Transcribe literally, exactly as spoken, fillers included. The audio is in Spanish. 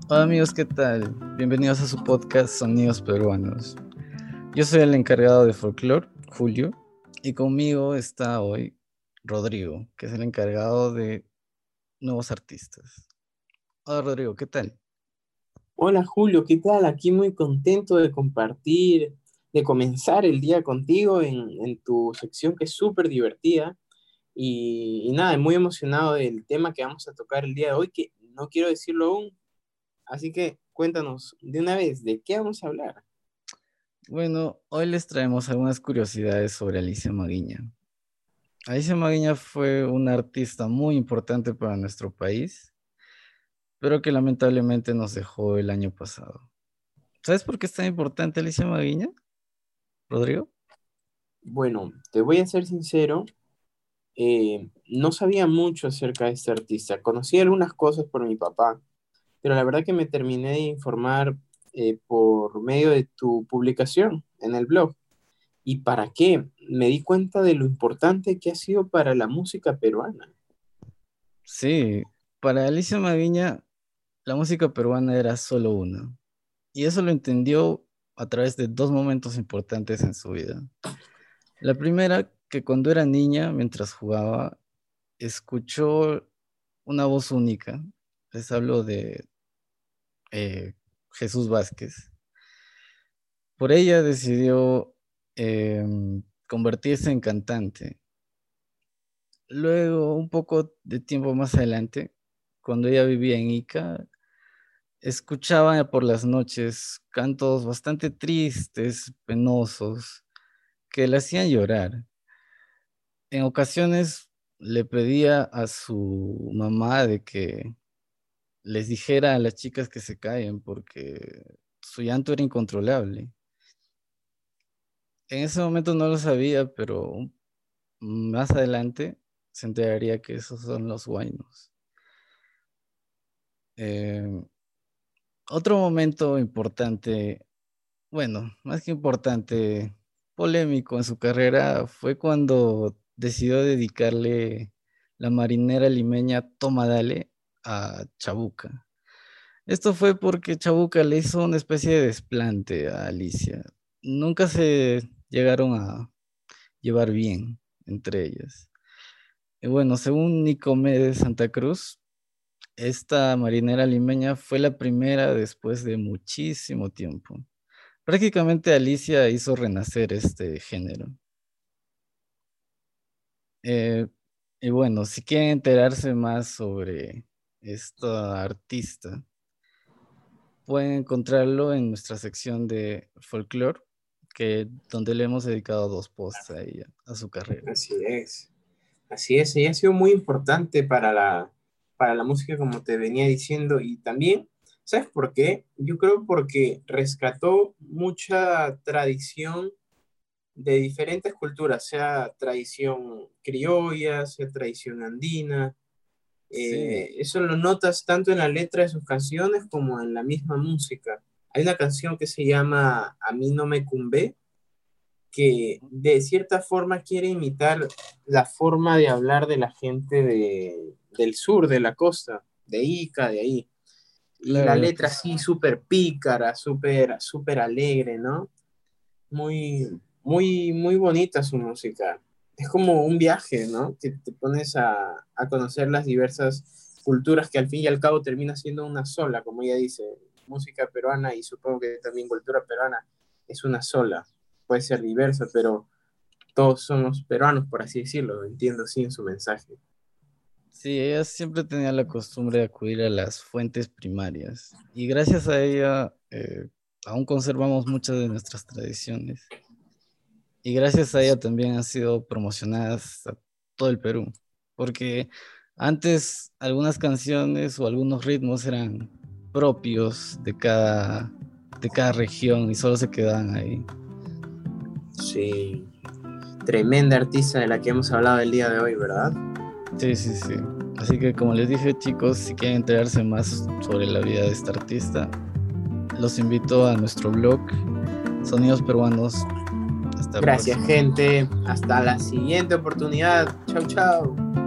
Hola amigos, ¿qué tal? Bienvenidos a su podcast Sonidos Peruanos. Yo soy el encargado de folclore, Julio, y conmigo está hoy Rodrigo, que es el encargado de nuevos artistas. Hola Rodrigo, ¿qué tal? Hola Julio, ¿qué tal? Aquí muy contento de compartir, de comenzar el día contigo en, en tu sección que es súper divertida y, y nada, muy emocionado del tema que vamos a tocar el día de hoy, que no quiero decirlo aún, así que cuéntanos de una vez, ¿de qué vamos a hablar? Bueno, hoy les traemos algunas curiosidades sobre Alicia Maguiña. Alicia Maguiña fue una artista muy importante para nuestro país, pero que lamentablemente nos dejó el año pasado. ¿Sabes por qué es tan importante Alicia Maguiña, Rodrigo? Bueno, te voy a ser sincero, eh, no sabía mucho acerca de este artista, conocí algunas cosas por mi papá, pero la verdad que me terminé de informar eh, por medio de tu publicación en el blog. ¿Y para qué? Me di cuenta de lo importante que ha sido para la música peruana. Sí, para Alicia Maguiña la música peruana era solo una, y eso lo entendió a través de dos momentos importantes en su vida. La primera, que cuando era niña, mientras jugaba, escuchó una voz única. Les hablo de eh, Jesús Vázquez. Por ella decidió em, convertirse en cantante. Luego, un poco de tiempo más adelante, cuando ella vivía en Ica, escuchaba por las noches cantos bastante tristes, penosos, que le hacían llorar. En ocasiones le pedía a su mamá de que les dijera a las chicas que se callen porque su llanto era incontrolable. En ese momento no lo sabía, pero más adelante se enteraría que esos son los huaynos. Eh, Otro momento importante, bueno, más que importante, polémico en su carrera fue cuando decidió dedicarle la marinera limeña Toma Dale a Chabuca. Esto fue porque Chabuca le hizo una especie de desplante a Alicia. Nunca se llegaron a llevar bien entre ellas. Y bueno, según Nicomé de Santa Cruz, esta marinera limeña fue la primera después de muchísimo tiempo. Prácticamente Alicia hizo renacer este género. Eh, y bueno, si quieren enterarse más sobre esta artista, pueden encontrarlo en nuestra sección de folclore, que donde le hemos dedicado dos posts a ella, a su carrera. Así es, así es, ella ha sido muy importante para la, para la música, como te venía diciendo, y también, ¿sabes por qué? Yo creo porque rescató mucha tradición de diferentes culturas, sea tradición criolla, sea tradición andina. Sí, Eh, eso lo notas tanto en la letra de sus canciones como en la misma música. Hay una canción que se llama A mí no me cumbé, que de cierta forma quiere imitar la forma de hablar de la gente de, del sur, de la costa, de Ica, de ahí. Y la claro, letra así súper pícara, súper súper alegre, ¿no? Muy, muy, muy bonita su música. Es como un viaje, ¿no? Que te pones a, a conocer las diversas culturas que al fin y al cabo termina siendo una sola, como ella dice, música peruana y supongo que también cultura peruana es una sola. Puede ser diversa, pero todos somos peruanos, por así decirlo, entiendo así en su mensaje. sí, ella siempre tenía la costumbre de acudir a las fuentes primarias y gracias a ella eh, aún conservamos muchas de nuestras tradiciones y gracias a ella también han sido promocionadas a todo el Perú, porque antes algunas canciones o algunos ritmos eran propios de cada, de cada región y solo se quedaban ahí. Sí, tremenda artista de la que hemos hablado el día de hoy, ¿verdad? Sí, sí, sí. Así que como les dije, chicos, si quieren enterarse más sobre la vida de esta artista, los invito a nuestro blog Sonidos Peruanos. Hasta la Gracias, próxima. gente. Hasta la siguiente oportunidad. Chau, chau.